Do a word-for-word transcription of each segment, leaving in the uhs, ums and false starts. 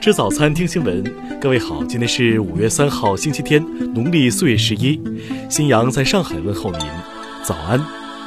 吃早餐，听新闻。各位好，今天是五月三号，星期天，农历四月十一。新阳在上海问候您，早安。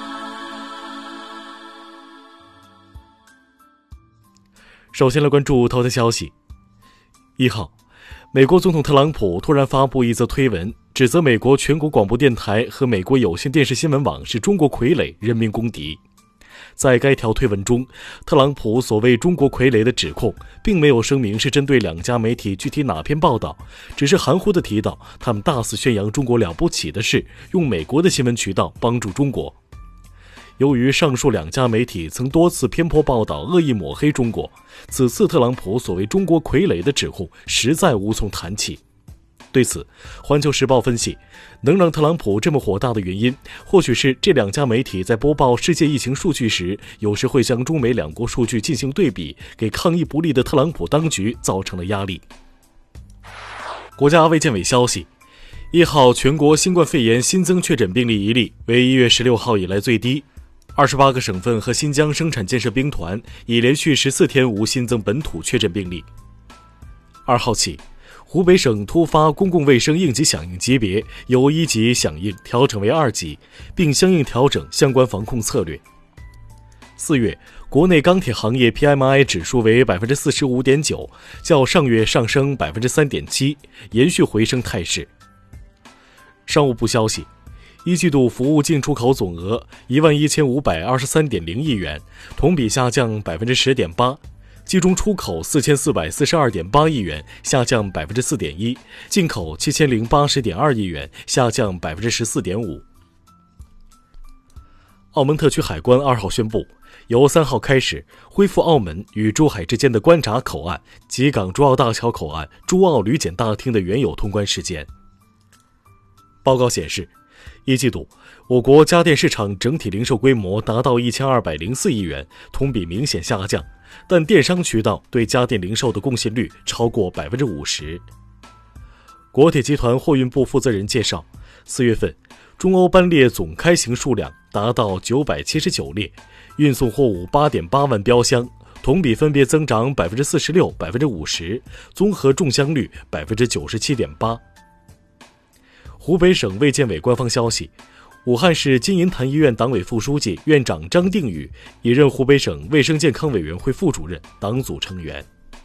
首先来关注头条消息。一号，美国总统特朗普突然发布一则推文，指责美国全国广播电台和美国有线电视新闻网是中国傀儡、人民公敌。在该条推文中，特朗普所谓中国傀儡的指控并没有声明是针对两家媒体具体哪篇报道，只是含糊地提到他们大肆宣扬中国了不起的事，用美国的新闻渠道帮助中国。由于上述两家媒体曾多次偏颇报道，恶意抹黑中国，此次特朗普所谓中国傀儡的指控实在无从谈起。对此，环球时报分析，能让特朗普这么火大的原因，或许是这两家媒体在播报世界疫情数据时，有时会将中美两国数据进行对比，给抗疫不力的特朗普当局造成了压力。国家卫健委消息，一号全国新冠肺炎新增确诊病例一例，为一月十六号以来最低。二十八个省份和新疆生产建设兵团已连续十四天无新增本土确诊病例。二号起，湖北省突发公共卫生应急响应级别由一级响应调整为二级，并相应调整相关防控策略。四月，国内钢铁行业 P M I 指数为 百分之四十五点九， 较上月上升 百分之三点七， 延续回升态势。商务部消息，一季度服务进出口总额一万一千五百二十三点零亿元，同比下降 百分之十点八。其中出口四千四百四十二点八亿元，下降 百分之四点一， 进口七千零八十点二亿元，下降 百分之十四点五。澳门特区海关二号宣布，由三号开始恢复澳门与珠海之间的关闸口岸及港珠澳大桥口岸、珠澳旅检大厅的原有通关时间。报告显示，一季度我国家电市场整体零售规模达到一千二百零四亿元，同比明显下降，但电商渠道对家电零售的贡献率超过 百分之五十。 国铁集团货运部负责人介绍，四月份中欧班列总开行数量达到九百七十九列，运送货物 八点八万标箱，同比分别增长 百分之四十六、百分之五十， 综合中箱率 百分之九十七点八。 湖北省卫健委官方消息，武汉市金银潭医院党委副书记、院长张定宇已任湖北省卫生健康委员会副主任、党组成员。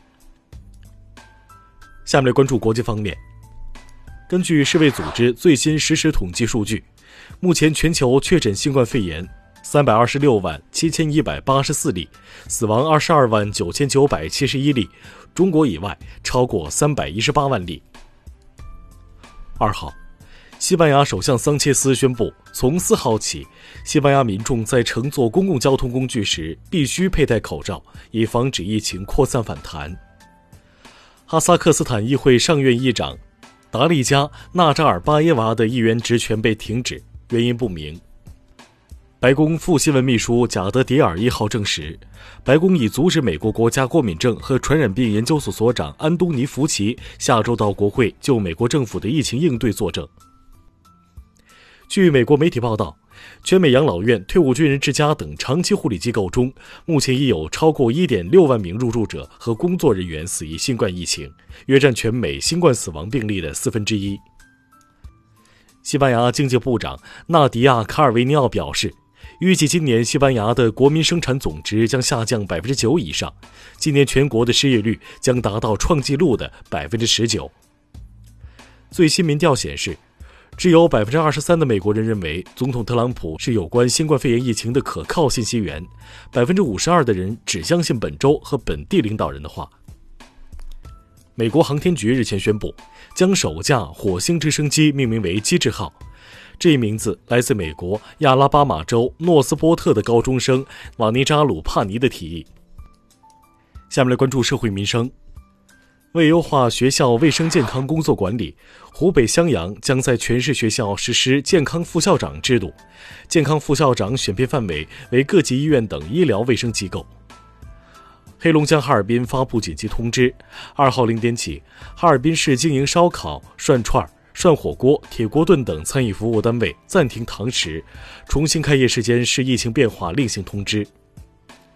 下面来关注国际方面。根据世卫组织最新实时统计数据，目前全球确诊新冠肺炎三百二十六万七千一百八十四例，死亡二十二万九千九百七十一例，中国以外超过三百一十八万例。二号，西班牙首相桑切斯宣布，从四号起，西班牙民众在乘坐公共交通工具时必须佩戴口罩，以防止疫情扩散反弹。哈萨克斯坦议会上院议长达利加·纳扎尔巴耶娃的议员职权被停止，原因不明。白宫副新闻秘书贾德迪尔一号证实，白宫已阻止美国国家过敏症和传染病研究所所长安东尼·福奇下周到国会就美国政府的疫情应对作证。据美国媒体报道，全美养老院、退伍军人之家等长期护理机构中，目前已有超过 一点六万名入住者和工作人员死于新冠疫情，约占全美新冠死亡病例的四分之一。西班牙经济部长纳迪亚·卡尔维尼奥表示，预计今年西班牙的国民生产总值将下降 百分之九 以上，今年全国的失业率将达到创纪录的 百分之十九。最新民调显示，只有 百分之二十三 的美国人认为总统特朗普是有关新冠肺炎疫情的可靠信息源， 百分之五十二 的人只相信本州和本地领导人的话。美国航天局日前宣布，将首架火星直升机命名为机智号，这一名字来自美国亚拉巴马州诺斯波特的高中生瓦尼扎鲁帕尼的提议。下面来关注社会民生。为优化学校卫生健康工作管理，湖北襄阳将在全市学校实施健康副校长制度，健康副校长选聘范围为各级医院等医疗卫生机构。黑龙江哈尔滨发布紧急通知，二号零点起，哈尔滨市经营烧烤、涮串、涮火锅、铁锅炖等餐饮服务单位暂停堂食，重新开业时间视疫情变化另行通知。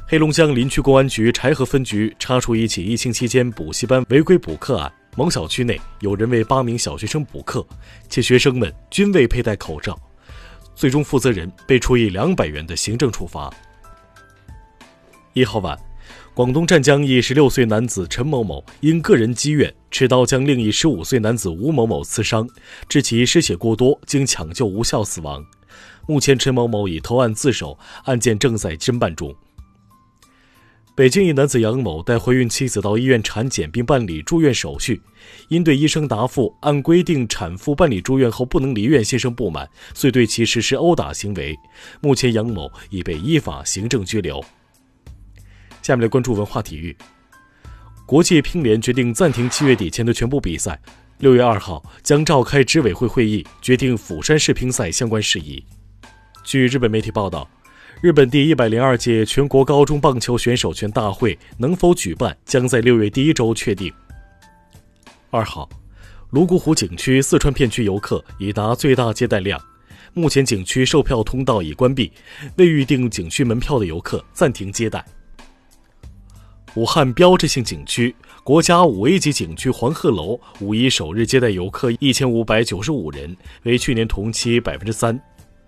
黑龙江林区公安局柴河分局查处一起疫情期间补习班违规补课案，某小区内有人为八名小学生补课，且学生们均未佩戴口罩，最终负责人被处以两百元的行政处罚。一号晚，广东湛江一十六岁男子陈某某因个人积怨，持刀将另一十五岁男子吴某某刺伤，致其失血过多，经抢救无效死亡。目前陈某某已投案自首，案件正在侦办中。北京一男子杨某带怀孕妻子到医院产检并办理住院手续，因对医生答复按规定产妇办理住院后不能离院心生不满，遂对其实施殴打行为。目前杨某已被依法行政拘留。下面来关注文化体育。国际乒联决定暂停七月底前的全部比赛，六月二号将召开执委会会议，决定釜山世乒赛相关事宜。据日本媒体报道，日本第一百零二届全国高中棒球选手权大会能否举办，将在六月第一周确定。二号，泸沽湖景区四川片区游客已达最大接待量，目前景区售票通道已关闭，未预订景区门票的游客暂停接待。武汉标志性景区国家五 A 级景区黄鹤楼五一首日接待游客一千五百九十五人，为去年同期 百分之三。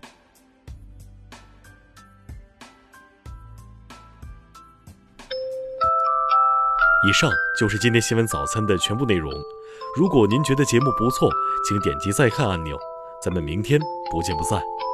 以上就是今天新闻早餐的全部内容。如果您觉得节目不错，请点击再看按钮。咱们明天不见不散。